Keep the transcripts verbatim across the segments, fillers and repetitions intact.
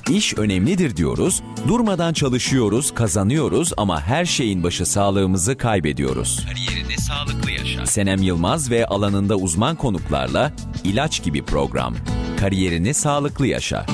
İş önemlidir diyoruz, durmadan çalışıyoruz, kazanıyoruz ama her şeyin başı sağlığımızı kaybediyoruz. Kariyerini sağlıklı yaşa. Senem Yılmaz ve alanında uzman konuklarla ilaç gibi program. Kariyerini sağlıklı yaşa.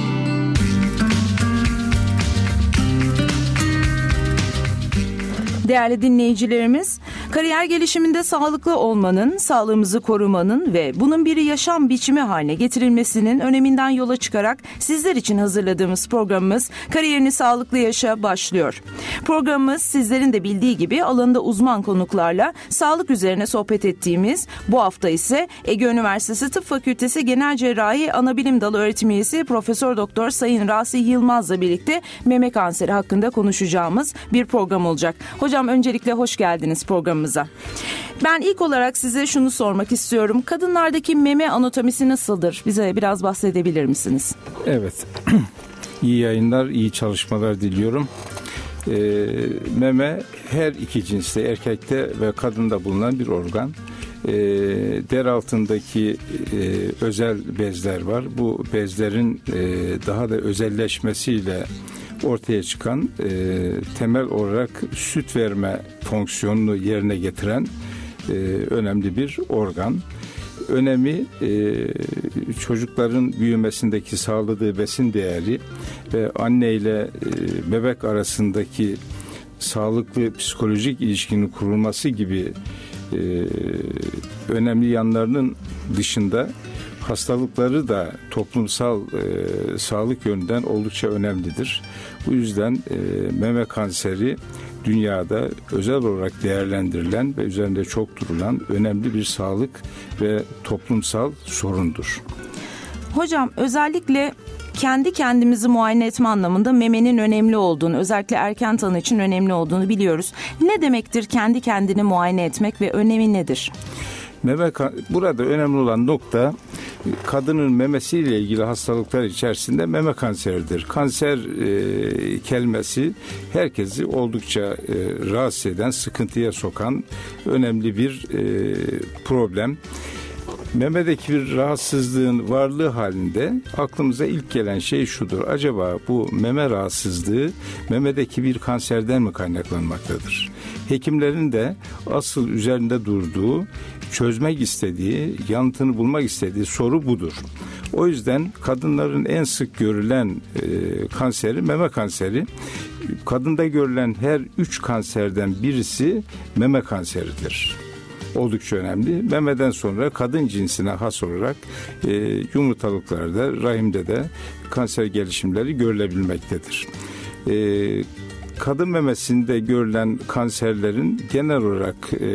Değerli dinleyicilerimiz, kariyer gelişiminde sağlıklı olmanın, sağlığımızı korumanın ve bunun bir yaşam biçimi haline getirilmesinin öneminden yola çıkarak sizler için hazırladığımız programımız Kariyerini Sağlıklı Yaşa başlıyor. Programımız sizlerin de bildiği gibi alanında uzman konuklarla sağlık üzerine sohbet ettiğimiz, bu hafta ise Ege Üniversitesi Tıp Fakültesi Genel Cerrahi Anabilim Dalı Öğretim Üyesi Profesör Doktor Sayın Rasih Yılmaz'la birlikte meme kanseri hakkında konuşacağımız bir program olacak. Hocam, öncelikle hoş geldiniz programımıza. Ben ilk olarak size şunu sormak istiyorum. Kadınlardaki meme anatomisi nasıldır? Bize biraz bahsedebilir misiniz? Evet. İyi yayınlar, iyi çalışmalar diliyorum. Ee, meme her iki cinste, erkekte ve kadında bulunan bir organ. Ee, der altındaki e, özel bezler var. Bu bezlerin e, daha da özelleşmesiyle ortaya çıkan e, temel olarak süt verme fonksiyonunu yerine getiren e, önemli bir organ. Önemi e, çocukların büyümesindeki sağladığı besin değeri ve anne ile e, bebek arasındaki sağlıklı psikolojik ilişkinin kurulması gibi e, önemli yanlarının dışında hastalıkları da toplumsal e, sağlık yönünden oldukça önemlidir. Bu yüzden e, meme kanseri dünyada özel olarak değerlendirilen ve üzerinde çok durulan önemli bir sağlık ve toplumsal sorundur. Hocam, özellikle kendi kendimizi muayene etme anlamında memenin önemli olduğunu, özellikle erken tanı için önemli olduğunu biliyoruz. Ne demektir kendi kendini muayene etmek ve önemi nedir? Meme, burada önemli olan nokta kadının memesiyle ilgili hastalıklar içerisinde meme kanseridir. Kanser e, kelimesi herkesi oldukça e, rahatsız eden, sıkıntıya sokan önemli bir e, problem. Memedeki bir rahatsızlığın varlığı halinde aklımıza ilk gelen şey şudur: acaba bu meme rahatsızlığı memedeki bir kanserden mi kaynaklanmaktadır? Hekimlerin de asıl üzerinde durduğu, çözmek istediği, yanıtını bulmak istediği soru budur. O yüzden kadınların en sık görülen e, kanseri meme kanseri. Kadında görülen her üç kanserden birisi meme kanseridir. Oldukça önemli. Memeden sonra kadın cinsine has olarak e, yumurtalıklarda, rahimde de kanser gelişimleri görülebilmektedir. E, kadın memesinde görülen kanserlerin genel olarak e,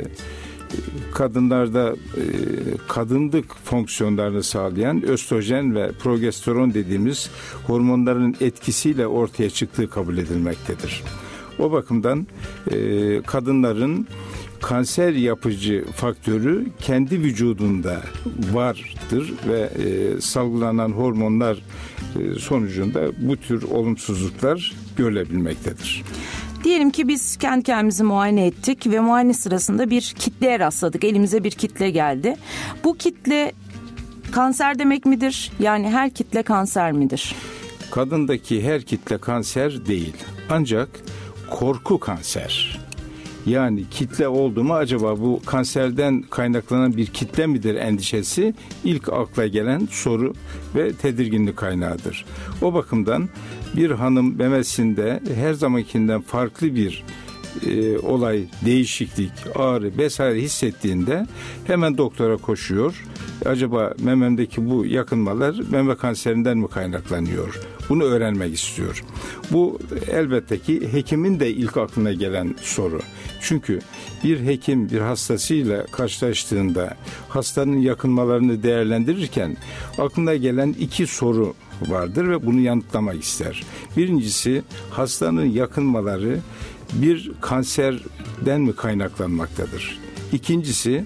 kadınlarda e, kadınlık fonksiyonlarını sağlayan östrojen ve progesteron dediğimiz hormonların etkisiyle ortaya çıktığı kabul edilmektedir. O bakımdan e, kadınların kanser yapıcı faktörü kendi vücudunda vardır ve e, salgılanan hormonlar e, sonucunda bu tür olumsuzluklar görülebilmektedir. Diyelim ki biz kendi kendimizi muayene ettik ve muayene sırasında bir kitleye rastladık. Elimize bir kitle geldi. Bu kitle kanser demek midir? Yani her kitle kanser midir? Kadındaki her kitle kanser değil. Ancak korku kanser. Yani kitle oldu mu, acaba bu kanserden kaynaklanan bir kitle midir endişesi ilk akla gelen soru ve tedirginlik kaynağıdır. O bakımdan bir hanım memesinde her zamankinden farklı bir e, olay, değişiklik, ağrı vesaire hissettiğinde hemen doktora koşuyor. Acaba mememdeki bu yakınmalar meme kanserinden mi kaynaklanıyor? Bunu öğrenmek istiyor. Bu elbette ki hekimin de ilk aklına gelen soru. Çünkü bir hekim bir hastasıyla karşılaştığında hastanın yakınmalarını değerlendirirken aklına gelen iki soru vardır ve bunu yanıtlamak ister. Birincisi, hastanın yakınmaları bir kanserden mi kaynaklanmaktadır? İkincisi,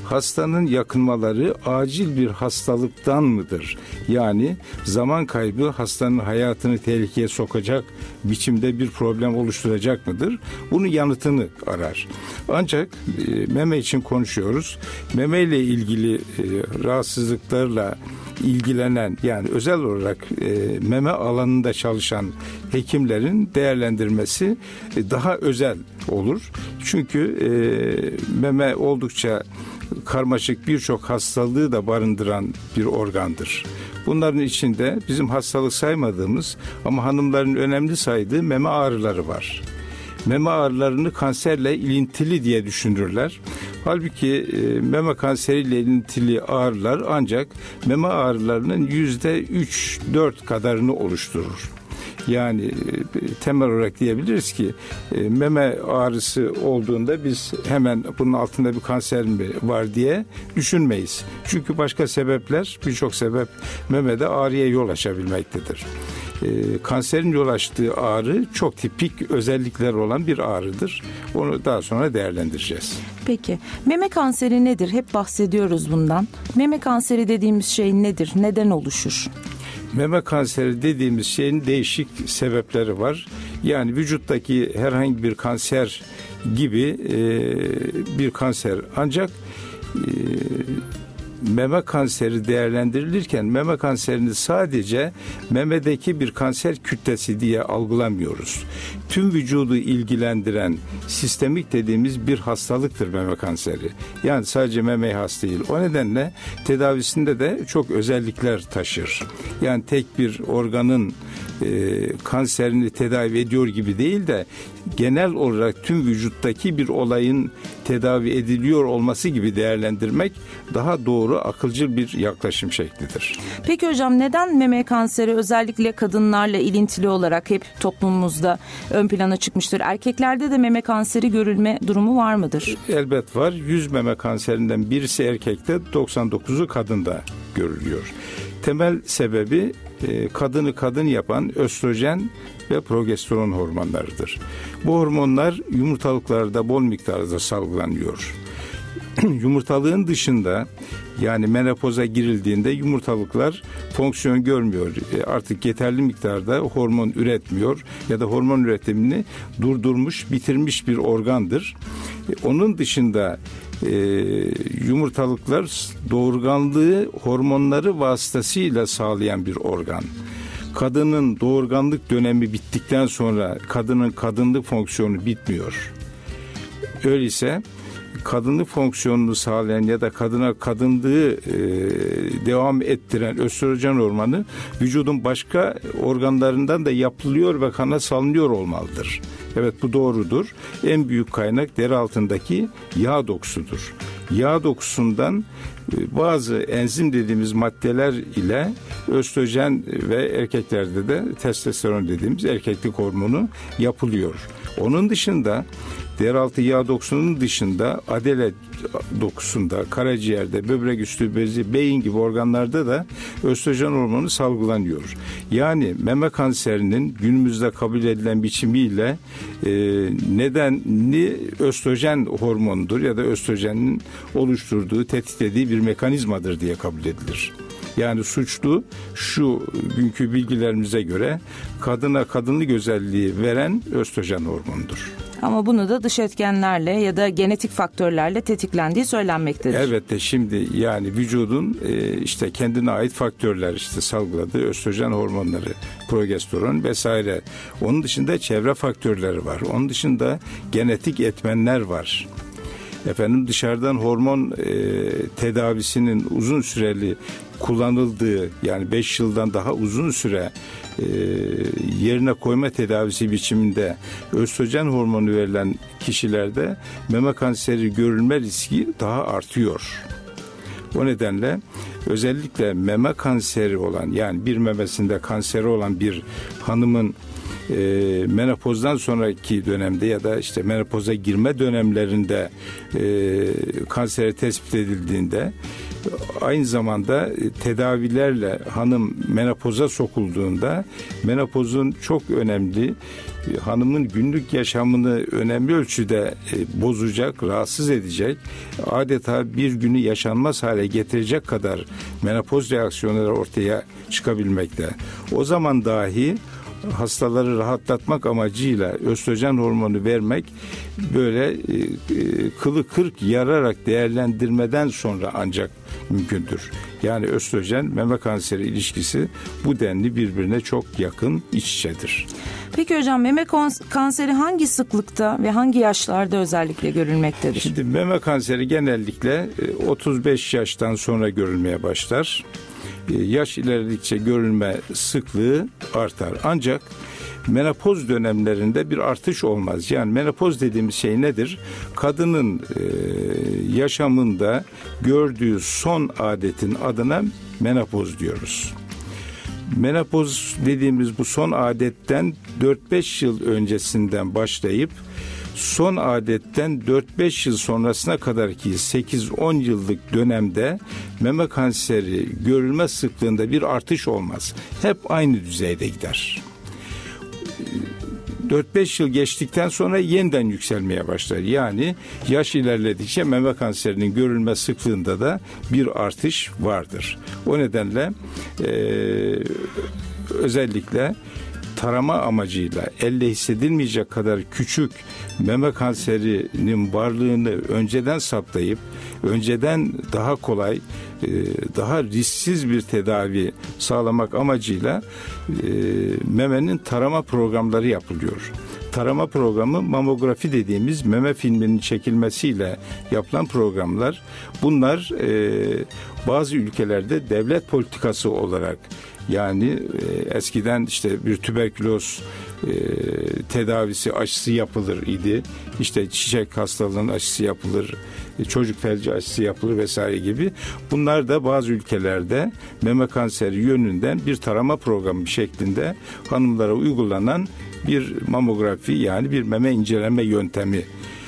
hastanın yakınmaları acil bir hastalıktan mıdır? Yani zaman kaybı hastanın hayatını tehlikeye sokacak biçimde bir problem oluşturacak mıdır? Bunun yanıtını arar. Ancak e, meme için konuşuyoruz. Meme ile ilgili e, rahatsızlıklarla ilgilenen, yani özel olarak e, meme alanında çalışan hekimlerin değerlendirmesi e, daha özel olur. Çünkü e, meme oldukça karmaşık, birçok hastalığı da barındıran bir organdır. Bunların içinde bizim hastalık saymadığımız ama hanımların önemli saydığı meme ağrıları var. Meme ağrılarını kanserle ilintili diye düşünürler. Halbuki e, meme kanseriyle ilintili ağrılar ancak meme ağrılarının yüzde üç dört kadarını oluşturur. Yani e, temel olarak diyebiliriz ki e, meme ağrısı olduğunda biz hemen bunun altında bir kanser mi var diye düşünmeyiz. Çünkü başka sebepler, birçok sebep memede ağrıya yol açabilmektedir. E, kanserin yol açtığı ağrı çok tipik özellikler olan bir ağrıdır. Onu daha sonra değerlendireceğiz. Peki meme kanseri nedir? Hep bahsediyoruz bundan. Meme kanseri dediğimiz şey nedir? Neden oluşur? Meme kanseri dediğimiz şeyin değişik sebepleri var. Yani vücuttaki herhangi bir kanser gibi e, bir kanser. Ancak e, meme kanseri değerlendirilirken meme kanserini sadece memedeki bir kanser kütlesi diye algılamıyoruz. Tüm vücudu ilgilendiren sistemik dediğimiz bir hastalıktır meme kanseri. Yani sadece memeye has değil. O nedenle tedavisinde de çok özellikler taşır. Yani tek bir organın e, kanserini tedavi ediyor gibi değil de genel olarak tüm vücuttaki bir olayın tedavi ediliyor olması gibi değerlendirmek daha doğru, akılcıl bir yaklaşım şeklidir. Peki hocam, neden meme kanseri özellikle kadınlarla ilintili olarak hep toplumumuzda ön plana çıkmıştır? Erkeklerde de meme kanseri görülme durumu var mıdır? Elbet var. yüz meme kanserinden birisi erkekte, doksan dokuzu kadında görülüyor. Temel sebebi kadını kadın yapan östrojen ve progesteron hormonlarıdır. Bu hormonlar yumurtalıklarda bol miktarda salgılanıyor. Yumurtalığın dışında, yani menopoza girildiğinde yumurtalıklar fonksiyon görmüyor. Artık yeterli miktarda hormon üretmiyor ya da hormon üretimini durdurmuş, bitirmiş bir organdır. Onun dışında e, yumurtalıklar doğurganlığı hormonları vasıtasıyla sağlayan bir organ. Kadının doğurganlık dönemi bittikten sonra kadının kadınlık fonksiyonu bitmiyor. Öyleyse kadınlık fonksiyonunu sağlayan ya da kadına kadınlığı e, devam ettiren östrojen hormonu vücudun başka organlarından da yapılıyor ve kana salınıyor olmalıdır. Evet, bu doğrudur. En büyük kaynak deri altındaki yağ dokusudur. Yağ dokusundan bazı enzim dediğimiz maddeler ile östrojen ve erkeklerde de testosteron dediğimiz erkeklik hormonu yapılıyor. Onun dışında deraltı yağ dokusunun dışında adele dokusunda, karaciğerde, böbrek üstü bezi, beyin gibi organlarda da östrojen hormonu salgılanıyor. Yani meme kanserinin günümüzde kabul edilen biçimiyle e, nedeni östrojen hormonudur ya da östrojenin oluşturduğu, tetiklediği bir mekanizmadır diye kabul edilir. Yani suçlu şu günkü bilgilerimize göre kadına kadınlık özelliği veren östrojen hormonudur. Ama bunu da dış etkenlerle ya da genetik faktörlerle tetiklendiği söylenmektedir. Elbette şimdi yani vücudun e, işte kendine ait faktörler, işte salgıladığı östrojen hormonları, progesteron vesaire. Onun dışında çevre faktörleri var. Onun dışında genetik etmenler var. Efendim dışarıdan hormon e, tedavisinin uzun süreli kullanıldığı, yani beş yıldan daha uzun süre e, yerine koyma tedavisi biçiminde östrojen hormonu verilen kişilerde meme kanseri görülme riski daha artıyor. O nedenle özellikle meme kanseri olan, yani bir memesinde kanseri olan bir hanımın E, menopozdan sonraki dönemde ya da işte menopoza girme dönemlerinde e, kanseri tespit edildiğinde Aynı zamanda tedavilerle hanım menopoza sokulduğunda menopozun çok önemli, hanımın günlük yaşamını önemli ölçüde bozacak, rahatsız edecek, adeta bir günü yaşanmaz hale getirecek kadar menopoz reaksiyonları ortaya çıkabilmekte. O zaman dahi hastaları rahatlatmak amacıyla östrojen hormonu vermek böyle e, kılı kırk yararak değerlendirmeden sonra ancak mümkündür. Yani östrojen meme kanseri ilişkisi bu denli birbirine çok yakın, iç içedir. Peki hocam, meme kanseri hangi sıklıkta ve hangi yaşlarda özellikle görülmektedir? Şimdi meme kanseri genellikle otuz beş yaştan sonra görülmeye başlar. Yaş ilerledikçe görülme sıklığı artar. Ancak menopoz dönemlerinde bir artış olmaz. Yani menopoz dediğimiz şey nedir? Kadının e, yaşamında gördüğü son adetin adına menopoz diyoruz. Menopoz dediğimiz bu son adetten dört beş yıl öncesinden başlayıp son adetten dört beş yıl sonrasına kadar ki sekiz on yıllık dönemde meme kanseri görülme sıklığında bir artış olmaz. Hep aynı düzeyde gider. dört beş yıl geçtikten sonra yeniden yükselmeye başlar. Yani yaş ilerledikçe meme kanserinin görülme sıklığında da bir artış vardır. O nedenle e, özellikle tarama amacıyla elle hissedilmeyecek kadar küçük meme kanserinin varlığını önceden saptayıp önceden daha kolay, daha risksiz bir tedavi sağlamak amacıyla memenin tarama programları yapılıyor. Tarama programı mamografi dediğimiz meme filminin çekilmesiyle yapılan programlar. Bunlar bazı ülkelerde devlet politikası olarak, yani e, eskiden işte bir tüberküloz e, tedavisi aşısı yapılır idi. İşte çiçek hastalığının aşısı yapılır, e, çocuk felci aşısı yapılır vesaire gibi. Bunlar da bazı ülkelerde meme kanseri yönünden bir tarama programı şeklinde hanımlara uygulanan bir mamografi, yani bir meme inceleme yöntemi.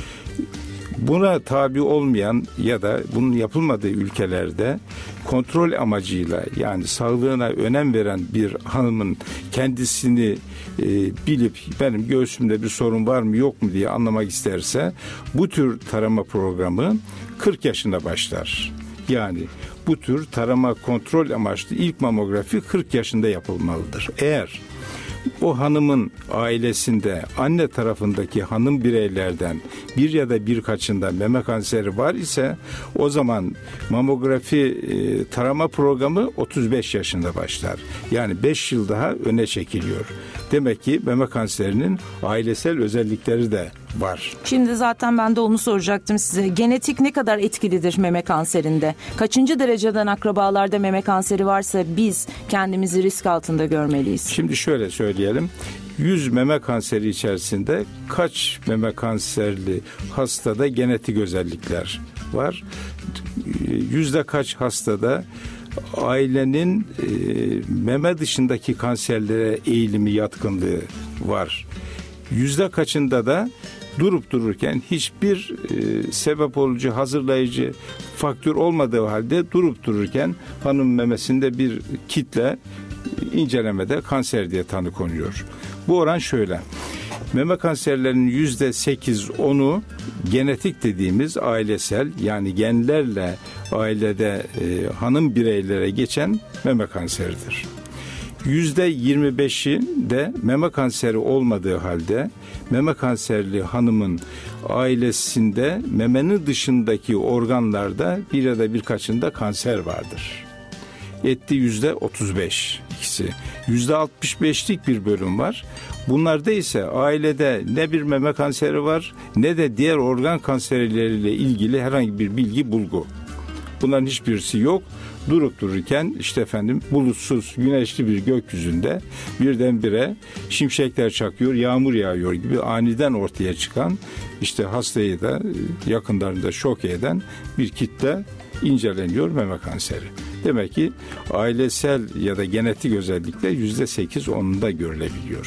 Buna tabi olmayan ya da bunun yapılmadığı ülkelerde kontrol amacıyla, yani sağlığına önem veren bir hanımın kendisini e, bilip benim göğsümde bir sorun var mı yok mu diye anlamak isterse bu tür tarama programı kırk yaşında başlar. Yani bu tür tarama kontrol amaçlı ilk mamografi kırk yaşında yapılmalıdır. Eğer o hanımın ailesinde anne tarafındaki hanım bireylerden bir ya da birkaçında meme kanseri var ise o zaman mamografi e, tarama programı otuz beş yaşında başlar. Yani beş yıl daha öne çekiliyor. Demek ki meme kanserinin ailesel özellikleri de var. Şimdi zaten ben de onu soracaktım size. Genetik ne kadar etkilidir meme kanserinde? Kaçıncı dereceden akrabalarda meme kanseri varsa biz kendimizi risk altında görmeliyiz? Şimdi şöyle söyleyelim. yüz meme kanseri içerisinde kaç meme kanserli hastada genetik özellikler var? Yüzde kaç hastada ailenin e, meme dışındaki kanserlere eğilimi, yatkınlığı var? Yüzde kaçında da durup dururken hiçbir e, sebep olucu, hazırlayıcı faktör olmadığı halde durup dururken hanım memesinde bir kitle incelemede kanser diye tanı konuyor. Bu oran şöyle. Meme kanserlerinin yüzde sekiz onu genetik dediğimiz ailesel, yani genlerle ailede e, hanım bireylere geçen meme kanseridir. yüzde yirmi beşi de meme kanseri olmadığı halde meme kanserli hanımın ailesinde memenin dışındaki organlarda bir ya da birkaçında kanser vardır. Etti yüzde otuz beş ikisi. Yüzde altmış beşlik bir bölüm var. Bunlarda ise ailede ne bir meme kanseri var ne de diğer organ kanserleriyle ilgili herhangi bir bilgi, bulgu. Bunların hiçbirisi yok. Durup dururken işte efendim bulutsuz, güneşli bir gökyüzünde birdenbire şimşekler çakıyor, yağmur yağıyor gibi aniden ortaya çıkan, işte hastayı da yakınlarında şok eden bir kitle inceleniyor meme kanseri. Demek ki ailesel ya da genetik özellikle yüzde sekiz onunda görülebiliyor.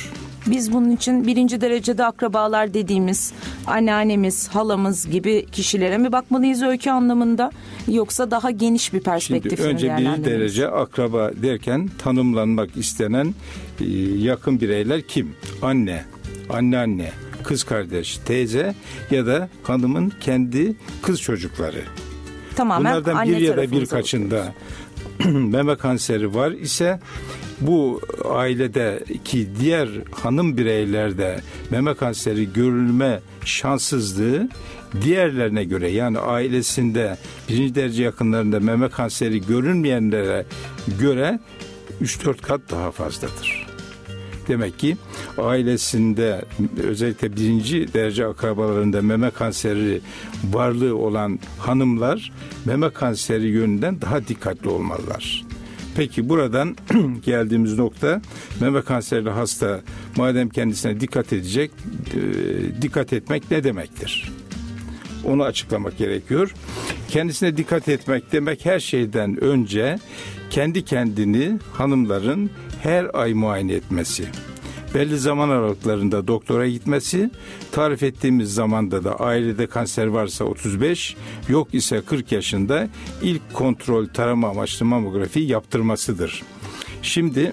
Biz bunun için birinci derecede akrabalar dediğimiz anneannemiz, halamız gibi kişilere mi bakmalıyız öykü anlamında, yoksa daha geniş bir perspektif mi değerlendirmeliyiz? Şimdi önce birinci derece akraba derken tanımlanmak istenen e, yakın bireyler kim? Anne, anneanne, kız kardeş, teyze ya da hanımın kendi kız çocukları. Tamamen bunlardan bir ya da birkaçında meme kanseri var ise bu ailedeki diğer hanım bireylerde meme kanseri görülme şanssızlığı diğerlerine göre, yani ailesinde birinci derece yakınlarında meme kanseri görünmeyenlere göre üç dört kat daha fazladır. Demek ki ailesinde özellikle birinci derece akrabalarında meme kanseri varlığı olan hanımlar meme kanseri yönünden daha dikkatli olmalılar. Peki buradan geldiğimiz nokta, meme kanserli hasta madem kendisine dikkat edecek, e, dikkat etmek ne demektir? Onu açıklamak gerekiyor. Kendisine dikkat etmek demek her şeyden önce kendi kendini hanımların her ay muayene etmesi, belli zaman aralıklarında doktora gitmesi, tarif ettiğimiz zamanda da ailede kanser varsa otuz beş, yok ise kırk yaşında ilk kontrol tarama amaçlı mamografi yaptırmasıdır. Şimdi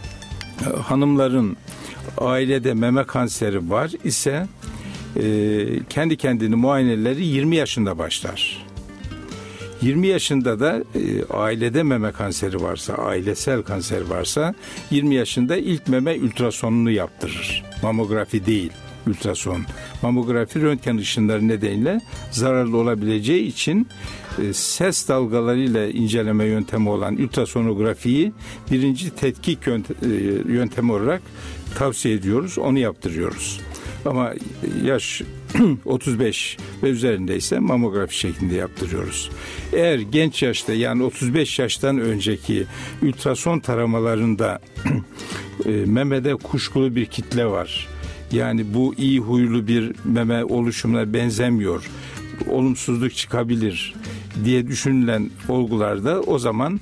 hanımların ailede meme kanseri var ise e, kendi kendini muayeneleri yirmi yaşında başlar. yirmi yaşında da e, ailede meme kanseri varsa, ailesel kanser varsa yirmi yaşında ilk meme ultrasonunu yaptırır. Mamografi değil, ultrason. Mamografi röntgen ışınları nedeniyle zararlı olabileceği için e, ses dalgalarıyla inceleme yöntemi olan ultrasonografiyi birinci tetkik yöntemi olarak tavsiye ediyoruz. Onu yaptırıyoruz. Ama yaş otuz beş ve üzerindeyse mamografi şeklinde yaptırıyoruz. Eğer genç yaşta, yani otuz beş yaştan önceki ultrason taramalarında memede kuşkulu bir kitle var, yani bu iyi huylu bir meme oluşumuna benzemiyor, olumsuzluk çıkabilir diye düşünülen olgularda o zaman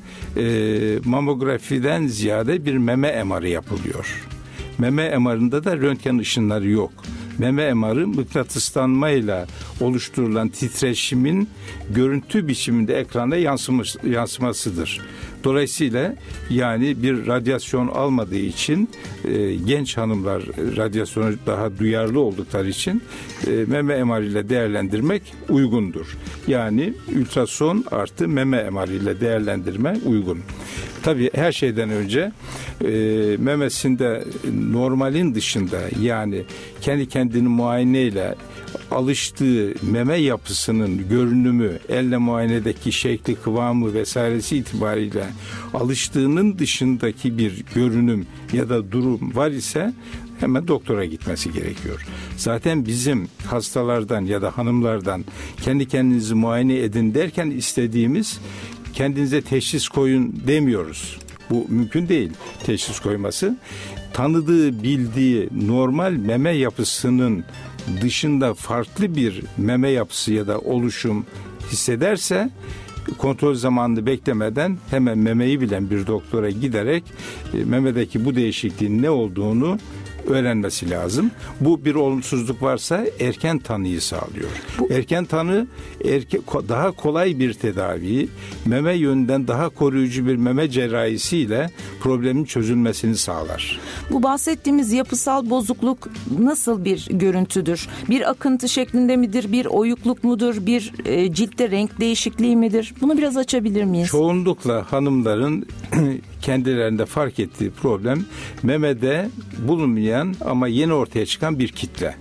e, mamografiden ziyade bir M R yapılıyor. Meme M R'ında da röntgen ışınları yok. Meme M R'ı mıknatıslanmayla oluşturulan titreşimin görüntü biçiminde ekranda yansımasıdır. Dolayısıyla yani bir radyasyon almadığı için e, genç hanımlar radyasyona daha duyarlı oldukları için e, meme M R ile değerlendirmek uygundur. Yani ultrason artı meme M R ile değerlendirme uygun. Tabii her şeyden önce e, memesinde normalin dışında, yani kendi kendini muayeneyle alıştığı meme yapısının görünümü, elle muayenedeki şekli, kıvamı vesairesi itibariyle alıştığının dışındaki bir görünüm ya da durum var ise hemen doktora gitmesi gerekiyor. Zaten bizim hastalardan ya da hanımlardan kendi kendinizi muayene edin derken istediğimiz, kendinize teşhis koyun demiyoruz. Bu mümkün değil, teşhis koyması. Tanıdığı, bildiği normal meme yapısının dışında farklı bir meme yapısı ya da oluşum hissederse kontrol zamanını beklemeden hemen memeyi bilen bir doktora giderek memedeki bu değişikliğin ne olduğunu öğrenmesi lazım. Bu bir olumsuzluk varsa erken tanıyı sağlıyor. Bu, erken tanı erke, daha kolay bir tedavi, meme yönünden daha koruyucu bir meme cerrahisiyle problemin çözülmesini sağlar. Bu bahsettiğimiz yapısal bozukluk nasıl bir görüntüdür? Bir akıntı şeklinde midir? Bir oyukluk mudur? Bir e, ciltte renk değişikliği midir? Bunu biraz açabilir miyiz? Çoğunlukla hanımların kendilerinde fark ettiği problem memede bulunmayan ama yeni ortaya çıkan bir kitle.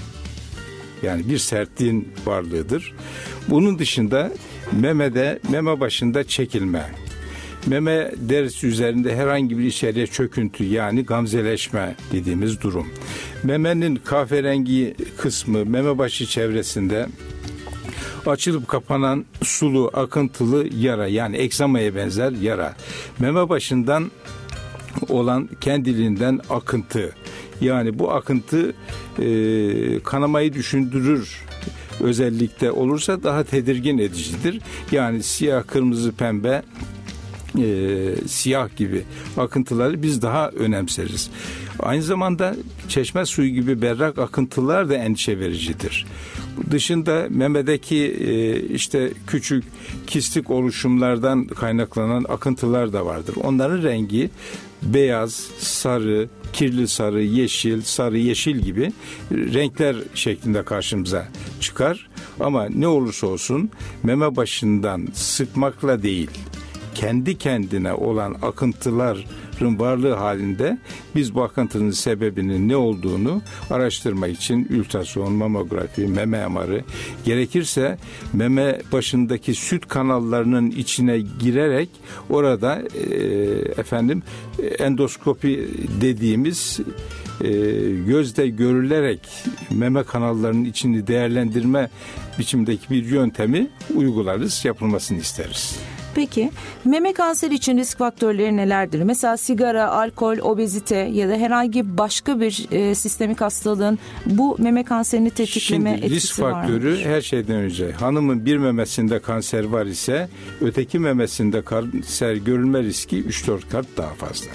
Yani bir sertliğin varlığıdır. Bunun dışında memede, meme başında çekilme, meme derisi üzerinde herhangi bir içeriye çöküntü, yani gamzeleşme dediğimiz durum. Memenin kahverengi kısmı, meme başı çevresinde açılıp kapanan sulu, akıntılı yara, yani egzamaya benzer yara. Meme başından olan kendiliğinden akıntı. Yani bu akıntı e, kanamayı düşündürür. Özellikle olursa daha tedirgin edicidir. Yani siyah, kırmızı, pembe e, siyah gibi akıntıları biz daha önemseriz. Aynı zamanda çeşme suyu gibi berrak akıntılar da endişe vericidir. Dışında memedeki e, işte küçük kistik oluşumlardan kaynaklanan akıntılar da vardır. Onların rengi beyaz, sarı, kirli sarı, yeşil, sarı, yeşil gibi renkler şeklinde karşımıza çıkar. Ama ne olursa olsun meme başından sıkmakla değil, kendi kendine olan akıntıların varlığı halinde biz bu akıntının sebebinin ne olduğunu araştırmak için ultrason, mamografi, meme M R'ı, gerekirse meme başındaki süt kanallarının içine girerek orada e, efendim endoskopi dediğimiz e, gözle görülerek meme kanallarının içini değerlendirme biçimdeki bir yöntemi uygularız, yapılmasını isteriz. Peki meme kanseri için risk faktörleri nelerdir? Mesela sigara, alkol, obezite ya da herhangi başka bir e, sistemik hastalığın bu meme kanserini tetikleme Şimdi, etkisi var mı? Risk faktörü her şeyden önce hanımın bir memesinde kanser var ise öteki memesinde kanser görülme riski üç dört kat daha fazla.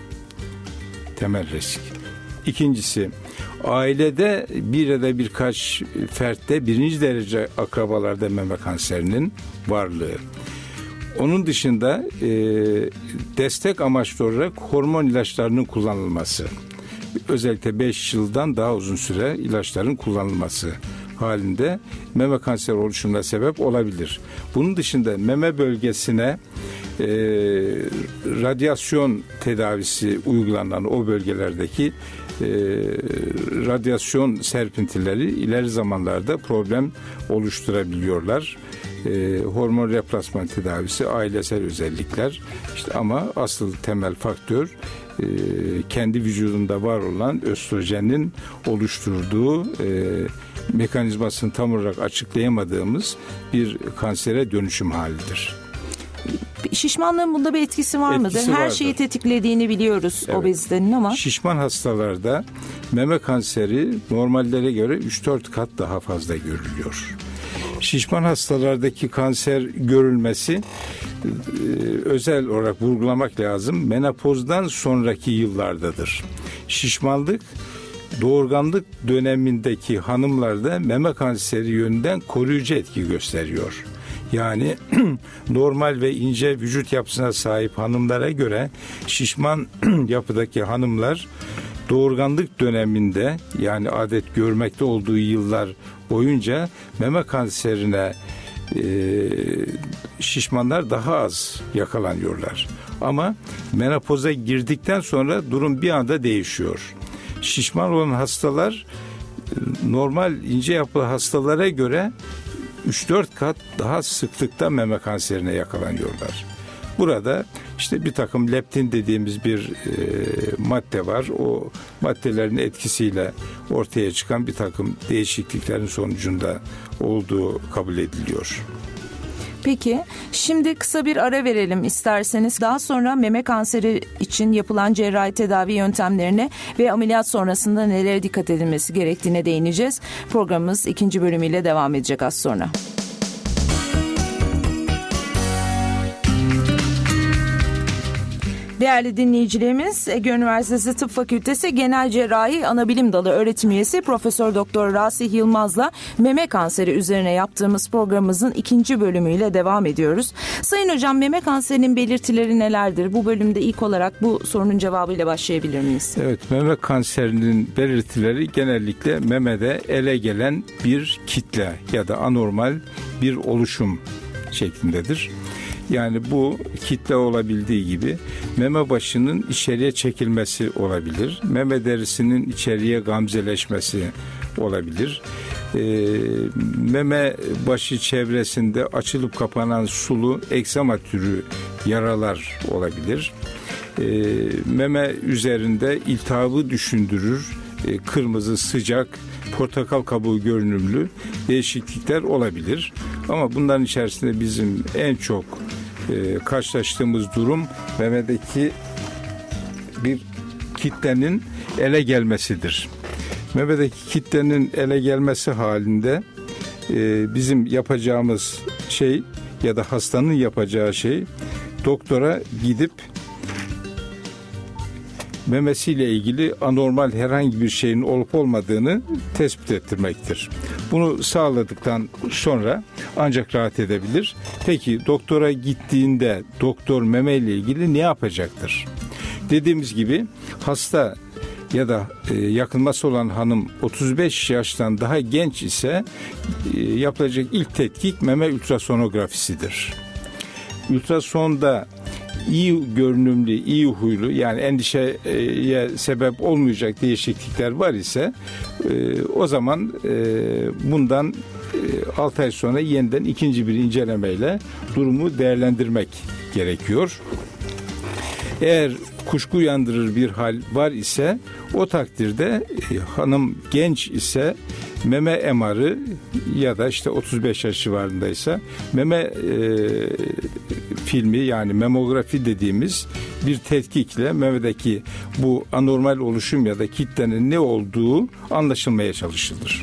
Temel risk. İkincisi, ailede bir ya da birkaç fertte birinci derece akrabalarda meme kanserinin varlığı. Onun dışında e, destek amaçlı olarak hormon ilaçlarının kullanılması, özellikle beş yıldan daha uzun süre ilaçların kullanılması halinde meme kanseri oluşumuna sebep olabilir. Bunun dışında meme bölgesine e, radyasyon tedavisi uygulanan o bölgelerdeki e, radyasyon serpintileri ileri zamanlarda problem oluşturabiliyorlar. E, hormon replasman tedavisi, ailesel özellikler, işte ama asıl temel faktör e, kendi vücudunda var olan östrojenin oluşturduğu e, mekanizmasını tam olarak açıklayamadığımız bir kansere dönüşüm halidir. Şişmanlığın bunda bir etkisi var etkisi mıdır? Her vardır. şeyi tetiklediğini biliyoruz, evet, obezitenin ama. Şişman hastalarda meme kanseri normallere göre üç dört kat daha fazla görülüyor. Şişman hastalardaki kanser görülmesi özel olarak vurgulamak lazım. Menopozdan sonraki yıllardadır. Şişmanlık doğurganlık dönemindeki hanımlarda meme kanseri yönünden koruyucu etki gösteriyor. Yani normal ve ince vücut yapısına sahip hanımlara göre şişman yapıdaki hanımlar doğurganlık döneminde, yani adet görmekte olduğu yıllar boyunca meme kanserine e, şişmanlar daha az yakalanıyorlar. Ama menopoza girdikten sonra durum bir anda değişiyor. Şişman olan hastalar normal ince yapılı hastalara göre üç dört kat daha sıklıkta meme kanserine yakalanıyorlar. Burada işte bir takım leptin dediğimiz bir e, madde var. O maddelerin etkisiyle ortaya çıkan bir takım değişikliklerin sonucunda olduğu kabul ediliyor. Peki, şimdi kısa bir ara verelim isterseniz. Daha sonra meme kanseri için yapılan cerrahi tedavi yöntemlerine ve ameliyat sonrasında nelere dikkat edilmesi gerektiğine değineceğiz. Programımız ikinci bölümüyle devam edecek az sonra. Değerli dinleyicilerimiz, Ege Üniversitesi Tıp Fakültesi Genel Cerrahi Anabilim Dalı öğretim üyesi Profesör Doktor Rasih Yılmaz'la meme kanseri üzerine yaptığımız programımızın ikinci bölümüyle devam ediyoruz. Sayın hocam, meme kanserinin belirtileri nelerdir? Bu bölümde ilk olarak bu sorunun cevabıyla başlayabilir miyiz? Evet, meme kanserinin belirtileri genellikle memede ele gelen bir kitle ya da anormal bir oluşum şeklindedir. Yani bu kitle olabildiği gibi meme başının içeriye çekilmesi olabilir. Meme derisinin içeriye gamzeleşmesi olabilir. E, meme başı çevresinde açılıp kapanan sulu egzama türü yaralar olabilir. E, meme üzerinde iltihabı düşündürür, e, kırmızı, sıcak, portakal kabuğu görünümlü değişiklikler olabilir. Ama bunların içerisinde bizim en çok e, karşılaştığımız durum memedeki bir kitlenin ele gelmesidir. Memedeki kitlenin ele gelmesi halinde e, bizim yapacağımız şey ya da hastanın yapacağı şey doktora gidip memesiyle ilgili anormal herhangi bir şeyin olup olmadığını tespit ettirmektir. Bunu sağladıktan sonra ancak rahat edebilir. Peki doktora gittiğinde doktor memeyle ilgili ne yapacaktır? Dediğimiz gibi hasta ya da yakınması olan hanım otuz beş yaştan daha genç ise yapılacak ilk tetkik meme ultrasonografisidir. Ultrasonda iyi görünümlü, iyi huylu, yani endişeye sebep olmayacak değişiklikler var ise o zaman bundan altı ay sonra yeniden ikinci bir incelemeyle durumu değerlendirmek gerekiyor. Eğer kuşku uyandırır bir hal var ise o takdirde e, hanım genç ise meme M R'ı ya da işte otuz beş yaş civarındaysa meme e, filmi, yani memografi dediğimiz bir tetkikle memedeki bu anormal oluşum ya da kitlenin ne olduğu anlaşılmaya çalışılır.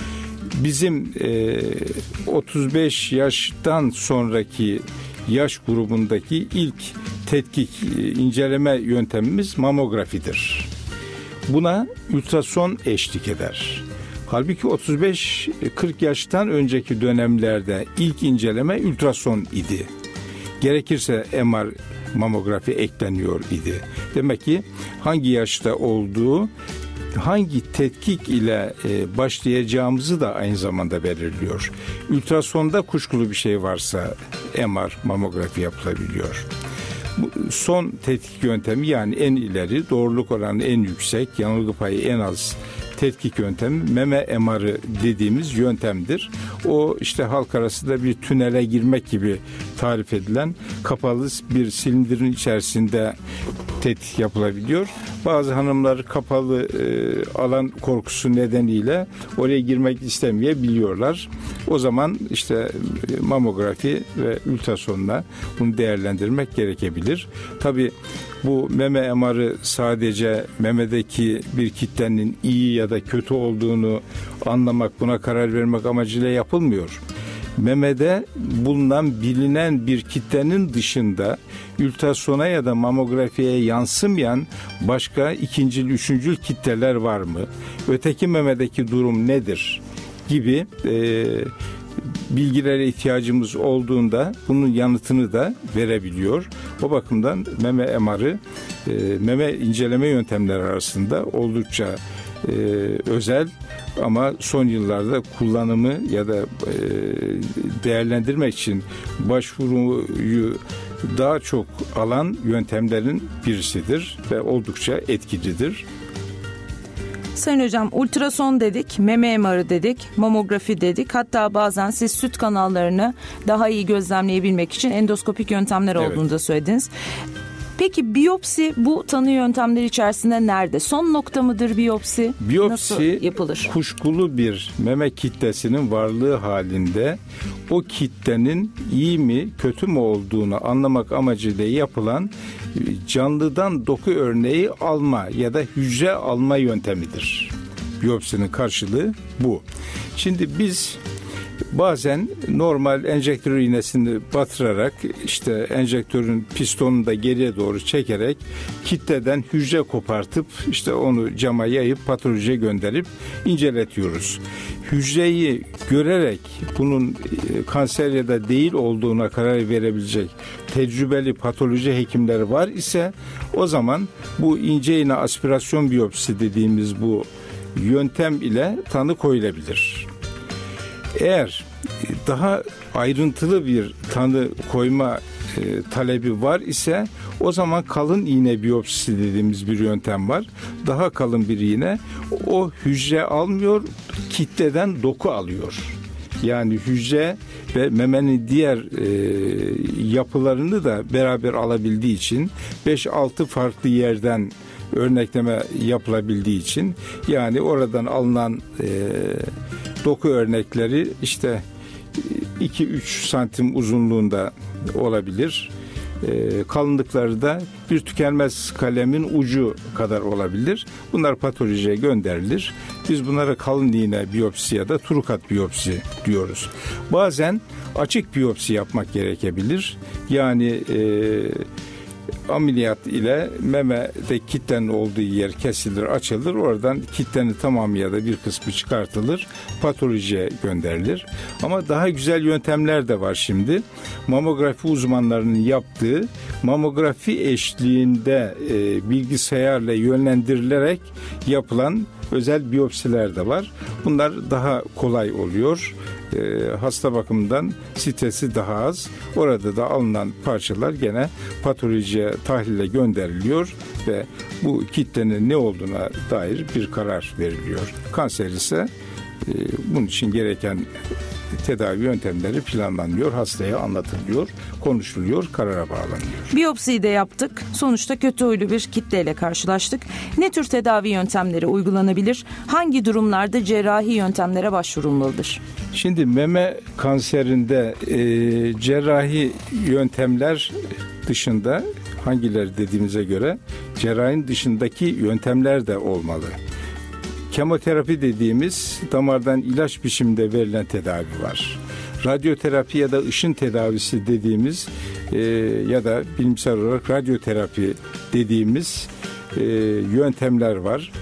Bizim e, otuz beş yaştan sonraki yaş grubundaki ilk tetkik, inceleme yöntemimiz mamografidir. Buna ultrason eşlik eder. Halbuki otuz beş kırk yaştan önceki dönemlerde ilk inceleme ultrason idi. Gerekirse M R mamografi ekleniyor idi. Demek ki hangi yaşta olduğu, hangi tetkik ile başlayacağımızı da aynı zamanda belirliyor. Ultrasonda kuşkulu bir şey varsa M R mamografi yapılabiliyor. Bu son tetkik yöntemi, yani en ileri, doğruluk oranı en yüksek, yanılgı payı en az tetkik yöntemi meme M R'ı dediğimiz yöntemdir. O işte halk arasında bir tünele girmek gibi tarif edilen kapalı bir silindirin içerisinde tetkik yapılabiliyor. Bazı hanımlar kapalı e, alan korkusu nedeniyle oraya girmek istemeyebiliyorlar. O zaman işte mamografi ve ultrasonla bunu değerlendirmek gerekebilir. Tabii bu meme M R'ı sadece memedeki bir kitlenin iyi ya da kötü olduğunu anlamak, buna karar vermek amacıyla yapılmıyor. Memede bulunan bilinen bir kitlenin dışında ultrasona ya da mamografiye yansımayan başka ikincil, üçüncül kitleler var mı? Öteki memedeki durum nedir? Gibi e, bilgilere ihtiyacımız olduğunda bunun yanıtını da verebiliyor. O bakımdan meme M R'ı e, meme inceleme yöntemleri arasında oldukça e, özel, ama son yıllarda kullanımı ya da e, değerlendirmek için başvuruyu daha çok alan yöntemlerin birisidir ve oldukça etkilidir. Sayın Hocam, ultrason dedik, meme M R'ı dedik, mamografi dedik. Hatta bazen siz süt kanallarını daha iyi gözlemleyebilmek için endoskopik yöntemler Evet. olduğunu da söylediniz. Peki biyopsi bu tanı yöntemleri içerisinde nerede? Son nokta mıdır biyopsi? Biyopsi, nasıl yapılır? Kuşkulu bir meme kitlesinin varlığı halinde o kitlenin iyi mi kötü mü olduğunu anlamak amacıyla yapılan canlıdan doku örneği alma ya da hücre alma yöntemidir. Biyopsinin karşılığı bu. Şimdi biz bazen normal enjektör iğnesini batırarak, işte enjektörün pistonunu da geriye doğru çekerek kitleden hücre kopartıp işte onu cama yayıp patolojiye gönderip inceletiyoruz. Hücreyi görerek bunun kanser ya da değil olduğuna karar verebilecek tecrübeli patoloji hekimleri var ise o zaman bu ince iğne aspirasyon biyopsi dediğimiz bu yöntem ile tanı koyulabilir. Eğer daha ayrıntılı bir tanı koyma e, talebi var ise o zaman kalın iğne biyopsisi dediğimiz bir yöntem var. Daha kalın bir iğne, o hücre almıyor, kitleden doku alıyor. Yani hücre ve memenin diğer e, yapılarını da beraber alabildiği için beş altı farklı yerden örnekleme yapılabildiği için, yani oradan alınan e, doku örnekleri işte iki üç santim uzunluğunda olabilir. E, kalınlıkları da bir tükenmez kalemin ucu kadar olabilir. Bunlar patolojiye gönderilir. Biz bunlara kalın iğne biyopsi ya da trukat biyopsi diyoruz. Bazen açık biyopsi yapmak gerekebilir. Yani e, ameliyat ile memede kitlenin olduğu yer kesilir, açılır. Oradan kitlenin tamamı ya da bir kısmı çıkartılır. Patolojiye gönderilir. Ama daha güzel yöntemler de var şimdi. Mamografi uzmanlarının yaptığı mamografi eşliğinde e, bilgisayarla yönlendirilerek yapılan özel biyopsiler de var. Bunlar daha kolay oluyor. E, hasta bakımından stresi daha az. Orada da alınan parçalar gene patolojiye, tahlile gönderiliyor ve bu kitlenin ne olduğuna dair bir karar veriliyor. Kanser ise e, bunun için gereken tedavi yöntemleri planlanıyor, hastaya anlatılıyor, konuşuluyor, karara bağlanıyor. Biyopsiyi de yaptık. Sonuçta kötü huylu bir kitleyle karşılaştık. Ne tür tedavi yöntemleri uygulanabilir? Hangi durumlarda cerrahi yöntemlere başvurulmalıdır? Şimdi meme kanserinde e, cerrahi yöntemler dışında hangileri dediğimize göre cerrahinin dışındaki yöntemler de olmalı. Kemoterapi dediğimiz damardan ilaç biçiminde verilen tedavi var. Radyoterapi ya da ışın tedavisi dediğimiz e, ya da bilimsel olarak radyoterapi dediğimiz e, yöntemler var.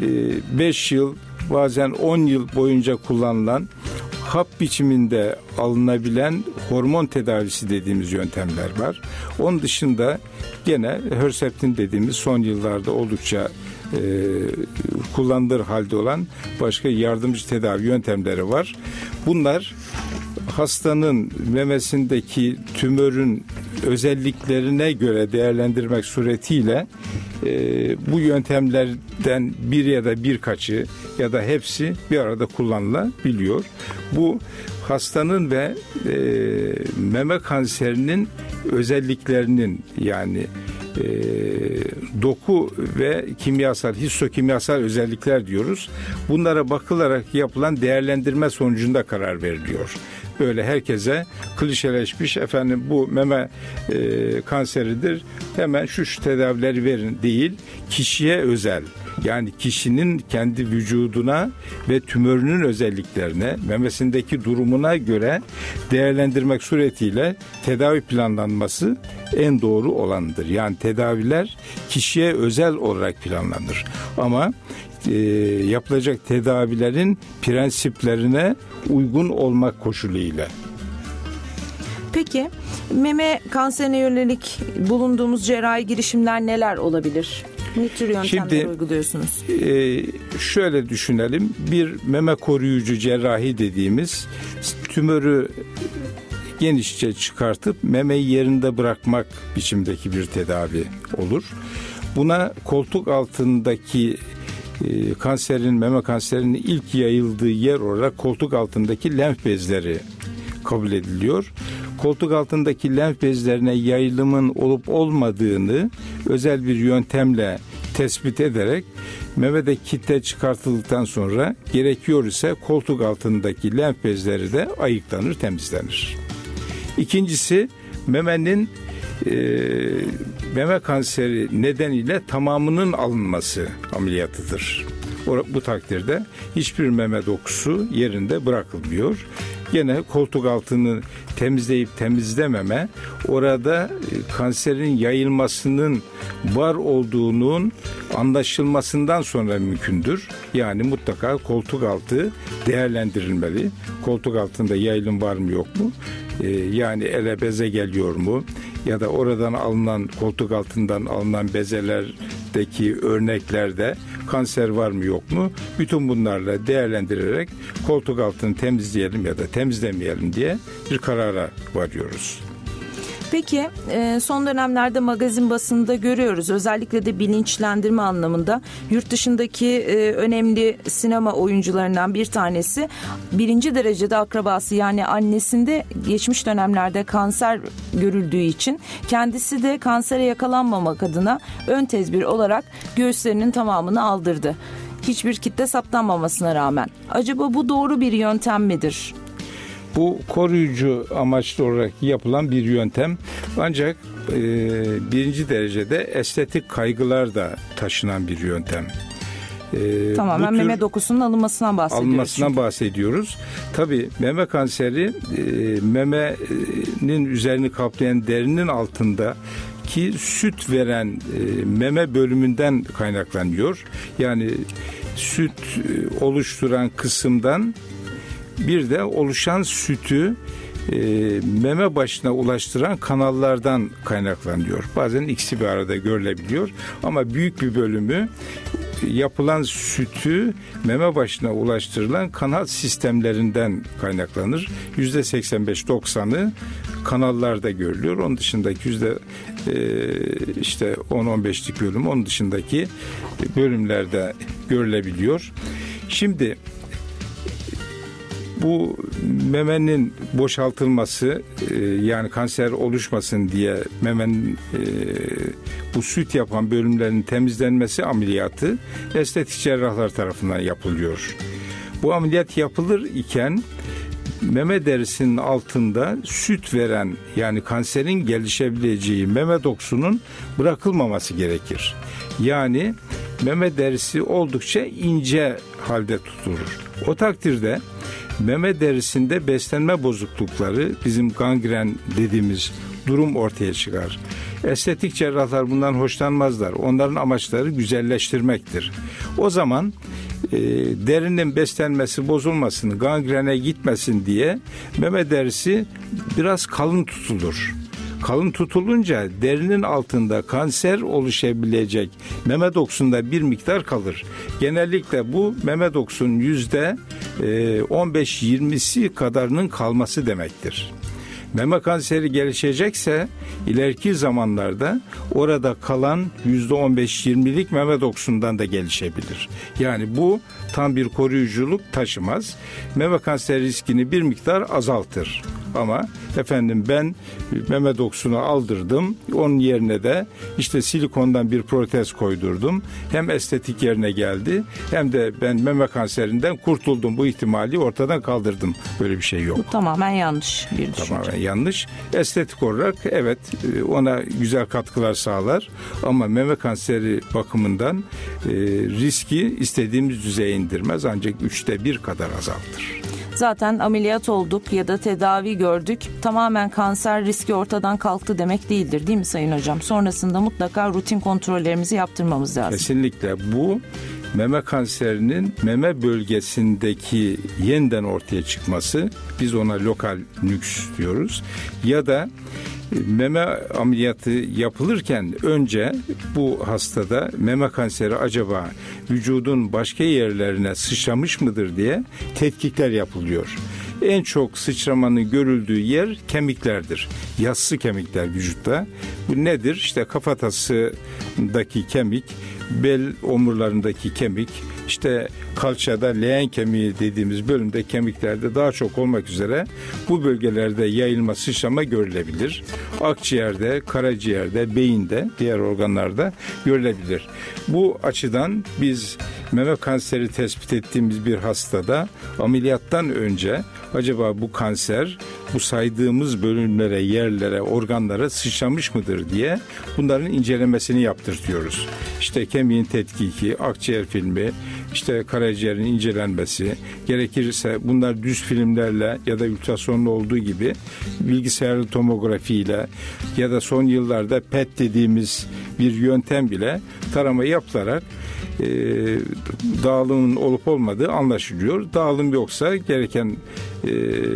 beş yıl bazen on yıl boyunca kullanılan hap biçiminde alınabilen hormon tedavisi dediğimiz yöntemler var. Onun dışında gene Herceptin dediğimiz son yıllarda oldukça e, kullanılır halde olan başka yardımcı tedavi yöntemleri var. Bunlar hastanın memesindeki tümörün özelliklerine göre değerlendirmek suretiyle e, bu yöntemlerden bir ya da birkaçı ya da hepsi bir arada kullanılabiliyor. Bu hastanın ve e, meme kanserinin özelliklerinin yani e, doku ve kimyasal, histokimyasal özellikler diyoruz. Bunlara bakılarak yapılan değerlendirme sonucunda karar veriliyor. Böyle herkese klişeleşmiş efendim bu meme e, kanseridir hemen şu şu tedavileri verin değil, kişiye özel yani kişinin kendi vücuduna ve tümörünün özelliklerine, memesindeki durumuna göre değerlendirmek suretiyle tedavi planlanması en doğru olandır. Yani tedaviler kişiye özel olarak planlanır ama e, yapılacak tedavilerin prensiplerine uygun olmak koşuluyla. Peki meme kanserine yönelik bulunduğumuz cerrahi girişimler neler olabilir? Ne tür yöntemler Şimdi, uyguluyorsunuz? E, şöyle düşünelim. Bir meme koruyucu cerrahi dediğimiz tümörü genişçe çıkartıp memeyi yerinde bırakmak biçimdeki bir tedavi olur. Buna koltuk altındaki e, kanserin, meme kanserinin ilk yayıldığı yer olarak koltuk altındaki lenf bezleri kabul ediliyor. Koltuk altındaki lenf bezlerine yayılımın olup olmadığını özel bir yöntemle tespit ederek memede kitle çıkartıldıktan sonra gerekiyor ise koltuk altındaki lenf bezleri de ayıklanır, temizlenir. İkincisi memenin e, meme kanseri nedeniyle tamamının alınması ameliyatıdır. O, bu takdirde hiçbir meme dokusu yerinde bırakılmıyor. Gene koltuk altını temizleyip temizlememe orada kanserin yayılmasının var olduğunun anlaşılmasından sonra mümkündür. Yani mutlaka koltuk altı değerlendirilmeli. Koltuk altında yayılım var mı yok mu? Ee, yani ele beze geliyor mu? Ya da oradan alınan koltuk altından alınan bezelerdeki örneklerde kanser var mı yok mu? Bütün bunlarla değerlendirerek koltuk altını temizleyelim ya da temizlemeyelim diye bir karara varıyoruz. Peki son dönemlerde magazin basında görüyoruz. Özellikle de bilinçlendirme anlamında yurt dışındaki önemli sinema oyuncularından bir tanesi birinci derecede akrabası yani annesinde geçmiş dönemlerde kanser görüldüğü için kendisi de kansere yakalanmamak adına ön tedbir olarak göğüslerinin tamamını aldırdı. Hiçbir kitle saptanmamasına rağmen. Acaba bu doğru bir yöntem midir? Bu koruyucu amaçlı olarak yapılan bir yöntem. Ancak e, birinci derecede estetik kaygılar da taşınan bir yöntem. Ee, Tamamen meme dokusunun alınmasından bahsediyoruz. Alınmasından çünkü. bahsediyoruz. Tabii meme kanseri e, memenin üzerini kaplayan derinin altındaki süt veren e, meme bölümünden kaynaklanıyor. Yani süt e, oluşturan kısımdan bir de oluşan sütü e, meme başına ulaştıran kanallardan kaynaklanıyor. Bazen ikisi bir arada görülebiliyor ama büyük bir bölümü yapılan sütü meme başına ulaştırılan kanal sistemlerinden kaynaklanır. yüzde seksen beş doksanı kanallarda görülüyor. Onun dışındaki yüzde e, işte on on beşlik bölüm, onun dışındaki bölümlerde görülebiliyor. Şimdi bu memenin boşaltılması e, yani kanser oluşmasın diye memenin e, bu süt yapan bölümlerin temizlenmesi ameliyatı estetik cerrahlar tarafından yapılıyor. Bu ameliyat yapılır iken meme derisinin altında süt veren yani kanserin gelişebileceği meme dokusunun bırakılmaması gerekir. Yani meme derisi oldukça ince halde tutulur. O takdirde meme derisinde beslenme bozuklukları, bizim gangren dediğimiz durum ortaya çıkar. Estetik cerrahlar bundan hoşlanmazlar. Onların amaçları güzelleştirmektir. O zaman e, derinin beslenmesi bozulmasın, gangrene gitmesin diye meme derisi biraz kalın tutulur. Kalın tutulunca derinin altında kanser oluşabilecek meme dokusunda bir miktar kalır. Genellikle bu meme dokusunun yüzde on beş yirmisi kadarının kalması demektir. Meme kanseri gelişecekse ileriki zamanlarda orada kalan yüzde on beş yirmilik meme dokusundan da gelişebilir. Yani bu tam bir koruyuculuk taşımaz. Meme kanseri riskini bir miktar azaltır. Ama efendim ben meme dokusunu aldırdım, onun yerine de işte silikondan bir protez koydurdum. Hem estetik yerine geldi hem de ben meme kanserinden kurtuldum. Bu ihtimali ortadan kaldırdım. Böyle bir şey yok. Bu tamamen yanlış bir düşünce. Tamamen yanlış. Estetik olarak evet ona güzel katkılar sağlar ama meme kanseri bakımından e, riski istediğimiz düzeye indirmez, ancak üçte bir kadar azaltır. Zaten ameliyat olduk ya da tedavi gördük, tamamen kanser riski ortadan kalktı demek değildir, değil mi Sayın Hocam? Sonrasında mutlaka rutin kontrollerimizi yaptırmamız lazım. Kesinlikle bu meme kanserinin meme bölgesindeki yeniden ortaya çıkması, biz ona lokal nüks diyoruz, ya da meme ameliyatı yapılırken önce bu hastada meme kanseri acaba vücudun başka yerlerine sıçramış mıdır diye tetkikler yapılıyor. En çok sıçramanın görüldüğü yer kemiklerdir. Yassı kemikler vücutta. Bu nedir? İşte kafatasındaki kemik, bel omurlarındaki kemik, işte kalçada leğen kemiği dediğimiz bölümde kemiklerde daha çok olmak üzere bu bölgelerde yayılma, sıçrama görülebilir. Akciğerde, karaciğerde, beyinde, diğer organlarda görülebilir. Bu açıdan biz meme kanseri tespit ettiğimiz bir hastada ameliyattan önce acaba bu kanser bu saydığımız bölümlere, yerlere, organlara sıçramış mıdır diye bunların incelemesini yaptırtıyoruz. İşte kemiğin tetkiki, akciğer filmi, işte karaciğerin incelenmesi, gerekirse bunlar düz filmlerle ya da ultrasonla olduğu gibi bilgisayarlı tomografiyle ya da son yıllarda P E T dediğimiz bir yöntem bile tarama yapılarak e, dağılımın olup olmadığı anlaşılıyor. Dağılım yoksa gereken e,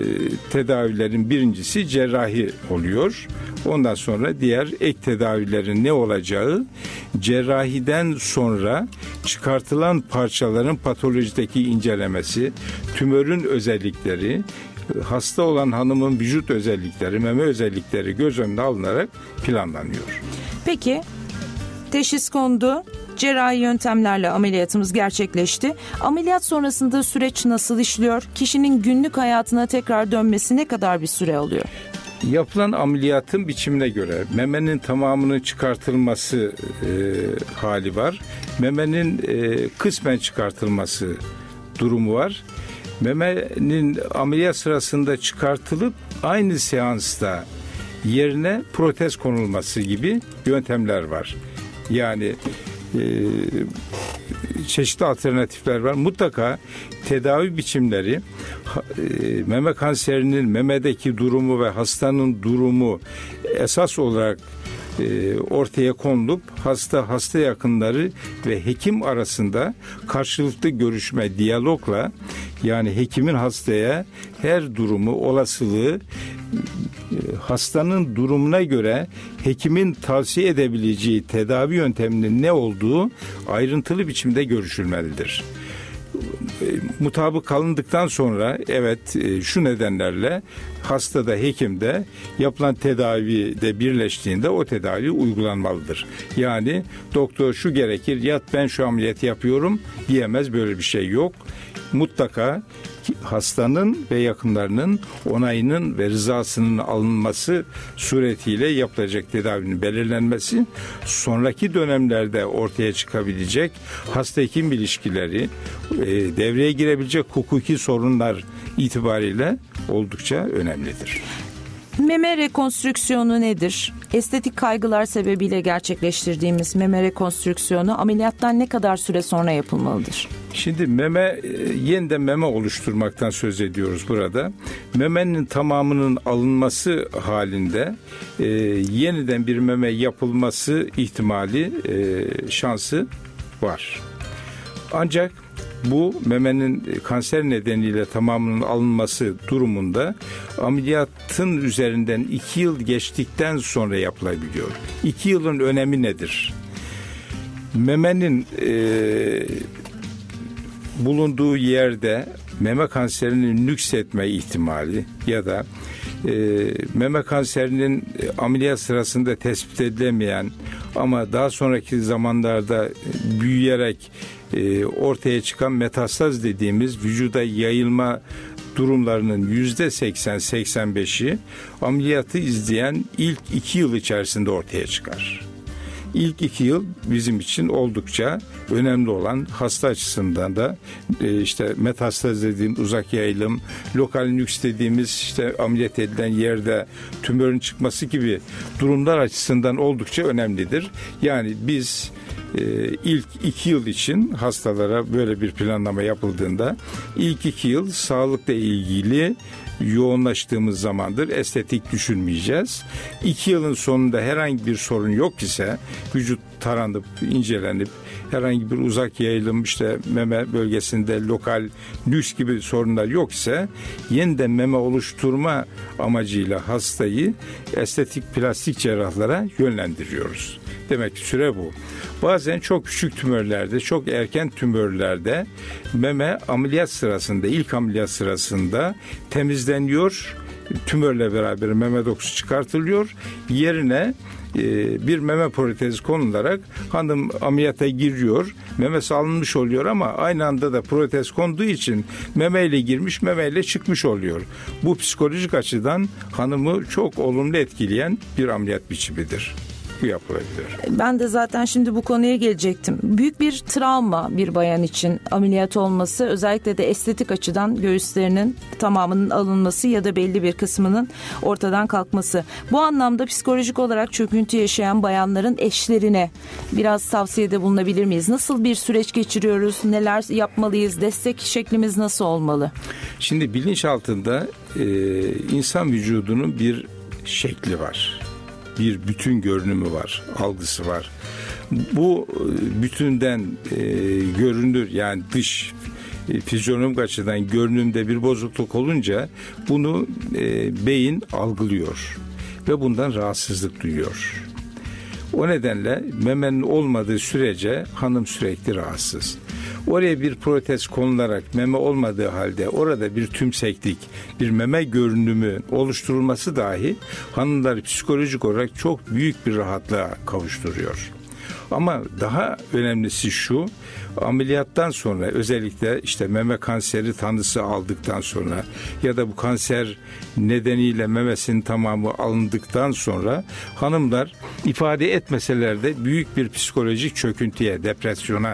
tedavilerin birincisi cerrahi oluyor. Ondan sonra diğer ek tedavilerin ne olacağı cerrahiden sonra çıkartılan parçaların patolojideki incelemesi, tümörün özellikleri, hasta olan hanımın vücut özellikleri, meme özellikleri göz önüne alınarak planlanıyor. Peki, teşhis kondu, cerrahi yöntemlerle ameliyatımız gerçekleşti. Ameliyat sonrasında süreç nasıl işliyor? Kişinin günlük hayatına tekrar dönmesi ne kadar bir süre alıyor? Yapılan ameliyatın biçimine göre memenin tamamının çıkartılması e, hali var. Memenin e, kısmen çıkartılması durumu var. Memenin ameliyat sırasında çıkartılıp aynı seansta yerine protez konulması gibi yöntemler var. Yani e, çeşitli alternatifler var. Mutlaka tedavi biçimleri e, meme kanserinin memedeki durumu ve hastanın durumu esas olarak e, ortaya konulup hasta hasta yakınları ve hekim arasında karşılıklı görüşme, diyalogla, yani hekimin hastaya her durumu, olasılığı hastanın durumuna göre hekimin tavsiye edebileceği tedavi yönteminin ne olduğu ayrıntılı biçimde görüşülmelidir. Mutabık kalındıktan sonra evet şu nedenlerle hastada, hekimde yapılan tedavide birleştiğinde o tedavi uygulanmalıdır. Yani doktor şu gerekir, yat ben şu ameliyatı yapıyorum diyemez, böyle bir şey yok. Mutlaka hastanın ve yakınlarının onayının ve rızasının alınması suretiyle yapılacak tedavinin belirlenmesi, sonraki dönemlerde ortaya çıkabilecek hasta-hekim ilişkileri, e, devreye girebilecek hukuki sorunlar itibariyle oldukça önemlidir. Meme rekonstrüksiyonu nedir? Estetik kaygılar sebebiyle gerçekleştirdiğimiz meme rekonstrüksiyonu ameliyattan ne kadar süre sonra yapılmalıdır? Şimdi meme, yeniden meme oluşturmaktan söz ediyoruz burada. Memenin tamamının alınması halinde e, yeniden bir meme yapılması ihtimali, e, şansı var. Ancak bu memenin kanser nedeniyle tamamının alınması durumunda ameliyatın üzerinden iki yıl geçtikten sonra yapılabiliyor. İki yılın önemi nedir? Memenin e, bulunduğu yerde meme kanserinin nüksetme ihtimali ya da e, meme kanserinin ameliyat sırasında tespit edilemeyen ama daha sonraki zamanlarda büyüyerek e, ortaya çıkan metastaz dediğimiz vücuda yayılma durumlarının yüzde seksen seksen beşi ameliyatı izleyen ilk iki yıl içerisinde ortaya çıkar. İlk iki yıl bizim için oldukça önemli olan, hasta açısından da e, işte metastaz dediğim uzak yayılım, lokal nüks dediğimiz işte ameliyat edilen yerde tümörün çıkması gibi durumlar açısından oldukça önemlidir. Yani biz e, ilk iki yıl için hastalara böyle bir planlama yapıldığında ilk iki yıl sağlıkla ilgili yoğunlaştığımız zamandır. Estetik düşünmeyeceğiz. İki yılın sonunda herhangi bir sorun yok ise, vücut taranıp, incelenip, herhangi bir uzak yayılım, işte meme bölgesinde lokal nüks gibi sorunlar yok ise, yeniden meme oluşturma amacıyla hastayı estetik plastik cerrahlara yönlendiriyoruz. Demek ki süre bu. Bazen çok küçük tümörlerde, çok erken tümörlerde meme ameliyat sırasında, ilk ameliyat sırasında temizleniyor. Tümörle beraber meme dokusu çıkartılıyor. Yerine e, bir meme protezi konularak hanım ameliyata giriyor. Memesi alınmış oluyor ama aynı anda da protez konduğu için memeyle girmiş, memeyle çıkmış oluyor. Bu psikolojik açıdan hanımı çok olumlu etkileyen bir ameliyat biçimidir. Bu yapılabilir. Ben de zaten şimdi bu konuya gelecektim. Büyük bir travma bir bayan için ameliyat olması, özellikle de estetik açıdan göğüslerinin tamamının alınması ya da belli bir kısmının ortadan kalkması. Bu anlamda psikolojik olarak çöküntü yaşayan bayanların eşlerine biraz tavsiyede bulunabilir miyiz? Nasıl bir süreç geçiriyoruz? Neler yapmalıyız? Destek şeklimiz nasıl olmalı? Şimdi bilinç altında e, insan vücudunun bir şekli var. Bir bütün görünümü var, algısı var. Bu bütünden e, görünür, yani dış e, fizyonomik açıdan görünümde bir bozukluk olunca bunu e, beyin algılıyor ve bundan rahatsızlık duyuyor. O nedenle memenin olmadığı sürece hanım sürekli rahatsız. Oraya bir protez konularak meme olmadığı halde orada bir tümseklik, bir meme görünümü oluşturulması dahi hanımları psikolojik olarak çok büyük bir rahatlığa kavuşturuyor. Ama daha önemlisi şu, ameliyattan sonra, özellikle işte meme kanseri tanısı aldıktan sonra ya da bu kanser nedeniyle memesinin tamamı alındıktan sonra hanımlar ifade etmeseler de büyük bir psikolojik çöküntüye, depresyona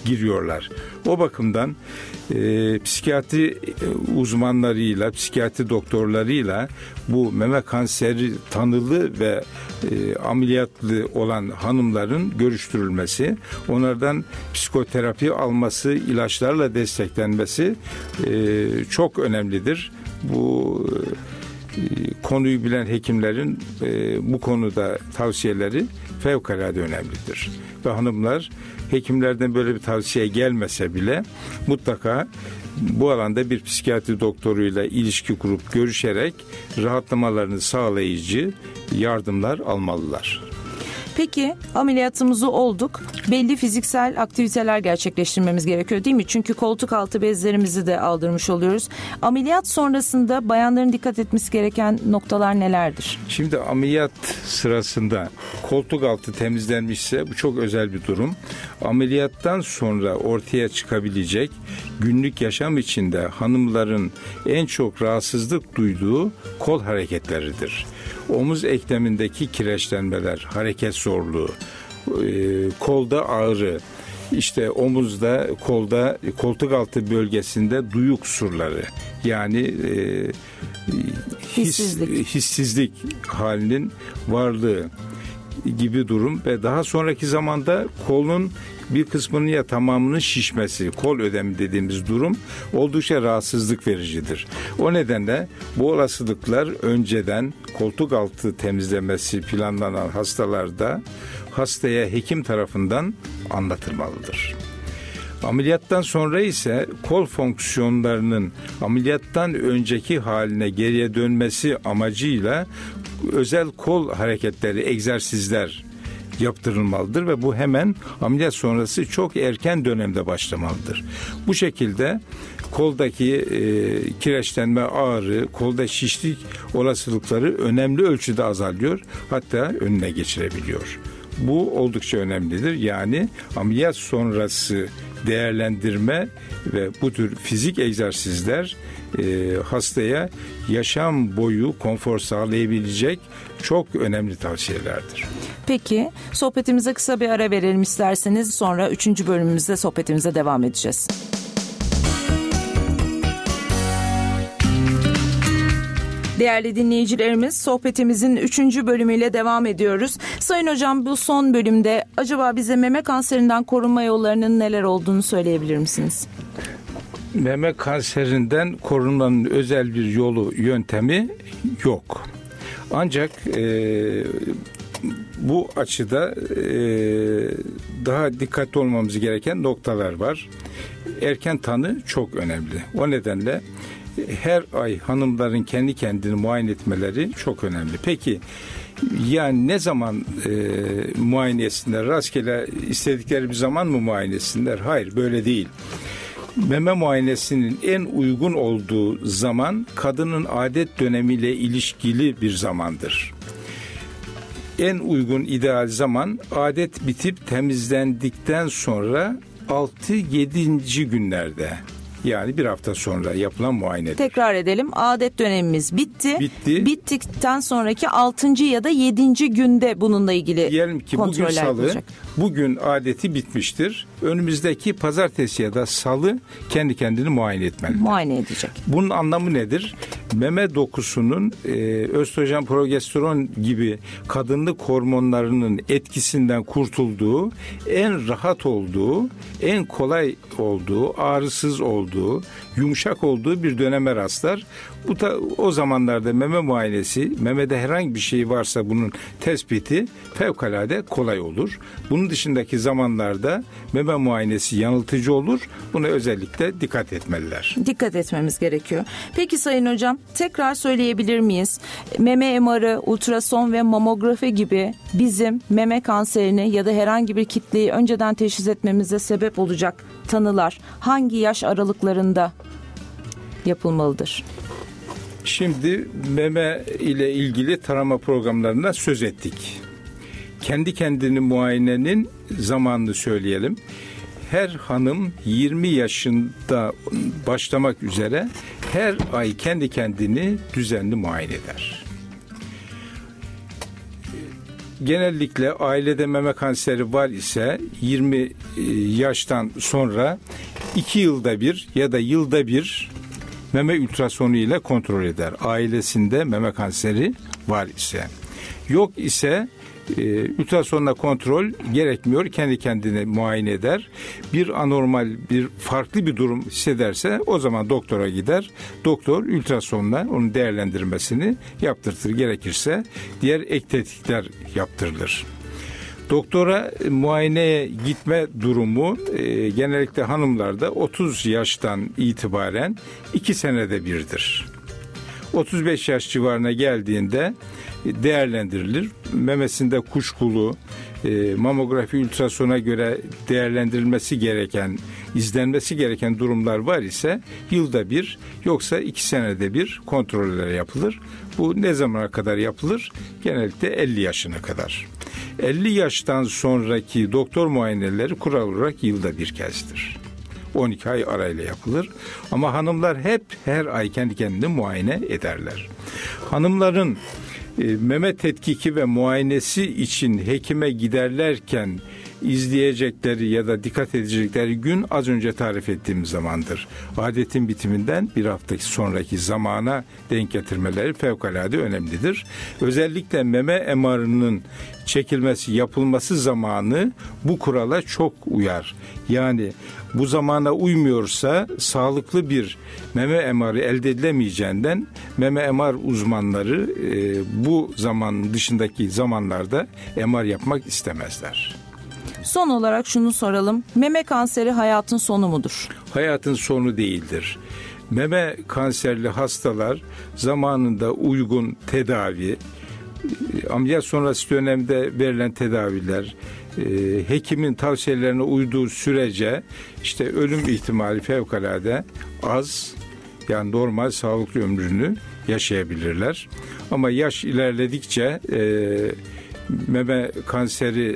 giriyorlar. O bakımdan e, psikiyatri uzmanlarıyla, psikiyatri doktorlarıyla bu meme kanseri tanılı ve e, ameliyatlı olan hanımların görüştürülmesi, onlardan psikoterapi alması, ilaçlarla desteklenmesi e, çok önemlidir. Bu e, konuyu bilen hekimlerin e, bu konuda tavsiyeleri fevkalade önemlidir. Ve hanımlar hekimlerden böyle bir tavsiye gelmese bile mutlaka bu alanda bir psikiyatri doktoruyla ilişki kurup görüşerek rahatlamalarını sağlayıcı yardımlar almalılar. Peki ameliyatımızı olduk. Belli fiziksel aktiviteler gerçekleştirmemiz gerekiyor değil mi? Çünkü koltuk altı bezlerimizi de aldırmış oluyoruz. Ameliyat sonrasında bayanların dikkat etmesi gereken noktalar nelerdir? Şimdi ameliyat sırasında koltuk altı temizlenmişse bu çok özel bir durum. Ameliyattan sonra ortaya çıkabilecek günlük yaşam içinde hanımların en çok rahatsızlık duyduğu kol hareketleridir. Omuz eklemindeki kireçlenmeler, hareket zorluğu, e, kolda ağrı, işte omuzda, kolda, koltuk altı bölgesinde duyu kusurları, yani e, his, hissizlik. hissizlik halinin varlığı gibi durum ve daha sonraki zamanda kolun bir kısmının ya tamamının şişmesi, kol ödemi dediğimiz durum oldukça rahatsızlık vericidir. O nedenle bu olasılıklar önceden koltuk altı temizlemesi planlanan hastalarda hastaya hekim tarafından anlatılmalıdır. Ameliyattan sonra ise kol fonksiyonlarının ameliyattan önceki haline geriye dönmesi amacıyla özel kol hareketleri, egzersizler yaptırılmalıdır ve bu hemen ameliyat sonrası çok erken dönemde başlamalıdır. Bu şekilde koldaki e, kireçlenme, ağrı, kolda şişlik olasılıkları önemli ölçüde azalıyor, hatta önüne geçirebiliyor. Bu oldukça önemlidir. Yani ameliyat sonrası değerlendirme ve bu tür fizik egzersizler e, hastaya yaşam boyu konfor sağlayabilecek çok önemli tavsiyelerdir. Peki sohbetimize kısa bir ara verelim isterseniz, sonra üçüncü bölümümüzde sohbetimize devam edeceğiz. Değerli dinleyicilerimiz, sohbetimizin üçüncü bölümüyle devam ediyoruz. Sayın hocam, bu son bölümde acaba bize meme kanserinden korunma yollarının neler olduğunu söyleyebilir misiniz? Meme kanserinden korunmanın özel bir yolu, yöntemi yok. Ancak e, bu açıda e, daha dikkatli olmamız gereken noktalar var. Erken tanı çok önemli. O nedenle her ay hanımların kendi kendini muayene etmeleri çok önemli. Peki yani ne zaman e, muayene etsinler? Rastgele istedikleri bir zaman mı muayene etsinler? Hayır, böyle değil. Meme muayenesinin en uygun olduğu zaman kadının adet dönemiyle ilişkili bir zamandır. En uygun ideal zaman adet bitip temizlendikten sonra altı yedinci günlerde. Yani bir hafta sonra yapılan muayenedir. Tekrar edelim. Adet dönemimiz bitti. Bitti. Bittikten sonraki altıncı ya da yedinci günde bununla ilgili diyelim ki bugün salı, yapılacak. Bugün adeti bitmiştir. Önümüzdeki pazartesi ya da salı kendi kendini muayene etmeli. Muayene edecek. Bunun anlamı nedir? Meme dokusunun e, östrojen, progesteron gibi kadınlık hormonlarının etkisinden kurtulduğu, en rahat olduğu, en kolay olduğu, ağrısız olduğu, yumuşak olduğu bir döneme rastlar. Bu da o zamanlarda meme muayenesi, memede herhangi bir şey varsa bunun tespiti fevkalade kolay olur. Bunun dışındaki zamanlarda meme muayenesi yanıltıcı olur. Buna özellikle dikkat etmeliler. Dikkat etmemiz gerekiyor. Peki Sayın Hocam, tekrar söyleyebilir miyiz? Meme M R'ı, ultrason ve mamografi gibi bizim meme kanserini ya da herhangi bir kitleyi önceden teşhis etmemize sebep olacak tanılar hangi yaş aralıklarında yapılmalıdır? Şimdi meme ile ilgili tarama programlarından söz ettik. Kendi kendini muayenenin zamanını söyleyelim. Her hanım yirmi yaşında başlamak üzere her ay kendi kendini düzenli muayene eder. genellikle ailede meme kanseri var ise yirmi yaştan sonra iki yılda bir ya da yılda bir meme ultrasonu ile kontrol eder. Ailesinde meme kanseri var ise. Yok ise e, ultrasonla kontrol gerekmiyor. Kendi kendine muayene eder. Bir anormal, bir farklı bir durum hissederse o zaman doktora gider. Doktor ultrasonla onun değerlendirmesini yaptırtır. Gerekirse diğer ek tetkikler yaptırılır. Doktora muayeneye gitme durumu e, genellikle hanımlarda otuz yaştan itibaren iki senede birdir. otuz beş yaş civarına geldiğinde değerlendirilir. Memesinde kuşkulu, e, mamografi ultrasona göre değerlendirilmesi gereken, izlenmesi gereken durumlar var ise yılda bir, yoksa iki senede bir kontroller yapılır. Bu ne zamana kadar yapılır? Genellikle elli yaşına kadar. elli yaştan sonraki doktor muayeneleri kural olarak yılda bir kezdir. on iki ay arayla yapılır. Ama hanımlar hep her ay kendi kendine muayene ederler. Hanımların e, meme tetkiki ve muayenesi için hekime giderlerken izleyecekleri ya da dikkat edecekleri gün az önce tarif ettiğim zamandır. Adetin bitiminden bir hafta sonraki zamana denk getirmeleri fevkalade önemlidir. Özellikle meme M R'ının çekilmesi, yapılması zamanı bu kurala çok uyar. Yani bu zamana uymuyorsa sağlıklı bir meme M R'ı elde edilemeyeceğinden meme M R uzmanları e, bu zaman dışındaki zamanlarda M R yapmak istemezler. Son olarak şunu soralım. Meme kanseri hayatın sonu mudur? Hayatın sonu değildir. Meme kanserli hastalar zamanında uygun tedavi, ameliyat sonrası dönemde verilen tedaviler, e, hekimin tavsiyelerine uyduğu sürece işte ölüm ihtimali fevkalade az, yani normal sağlıklı ömrünü yaşayabilirler. Ama yaş ilerledikçe e, meme kanseri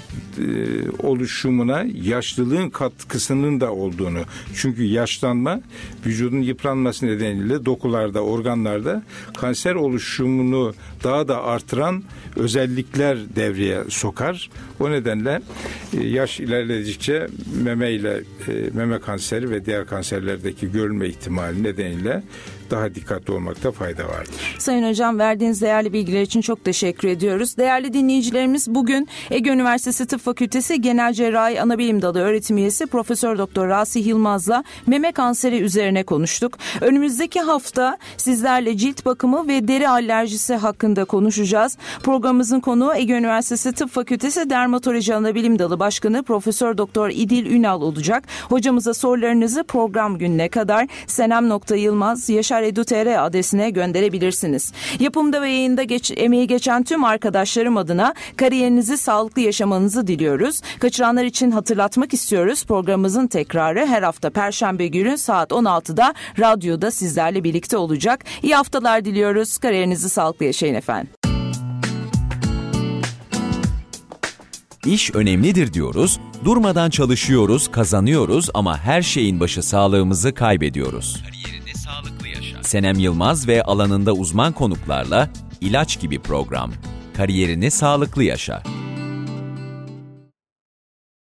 oluşumuna yaşlılığın katkısının da olduğunu, çünkü yaşlanma vücudun yıpranması nedeniyle dokularda, organlarda kanser oluşumunu daha da artıran özellikler devreye sokar. O nedenle yaş ilerledikçe meme ile meme kanseri ve diğer kanserlerdeki görülme ihtimali nedeniyle daha dikkatli olmakta fayda vardır. Sayın Hocam, verdiğiniz değerli bilgiler için çok teşekkür ediyoruz. Değerli dinleyicilerimiz, bugün Ege Üniversitesi Tıp Fakültesi Genel Cerrahi Anabilim Dalı öğretim üyesi Profesör Doktor Rasih Yılmaz'la meme kanseri üzerine konuştuk. Önümüzdeki hafta sizlerle cilt bakımı ve deri alerjisi hakkında konuşacağız. Programımızın konuğu Ege Üniversitesi Tıp Fakültesi Dermatoloji Anabilim Dalı Başkanı Profesör Doktor İdil Ünal olacak. Hocamıza sorularınızı program gününe kadar senem nokta yılmaz yaşar edu nokta tr adresine gönderebilirsiniz. Yapımda ve yayında geç, emeği geçen tüm arkadaşlarım adına kariyerinizi sağlıklı yaşamanızı diliyoruz. Kaçıranlar için hatırlatmak istiyoruz. Programımızın tekrarı her hafta Perşembe günü saat on altıda radyoda sizlerle birlikte olacak. İyi haftalar diliyoruz. Kariyerinizi sağlıklı yaşayın efendim. İş önemlidir diyoruz, durmadan çalışıyoruz, kazanıyoruz ama her şeyin başı sağlığımızı kaybediyoruz. Kariyerinde sağlıklı yaşa. Senem Yılmaz ve alanında uzman konuklarla ilaç gibi program. Kariyerini sağlıklı yaşa.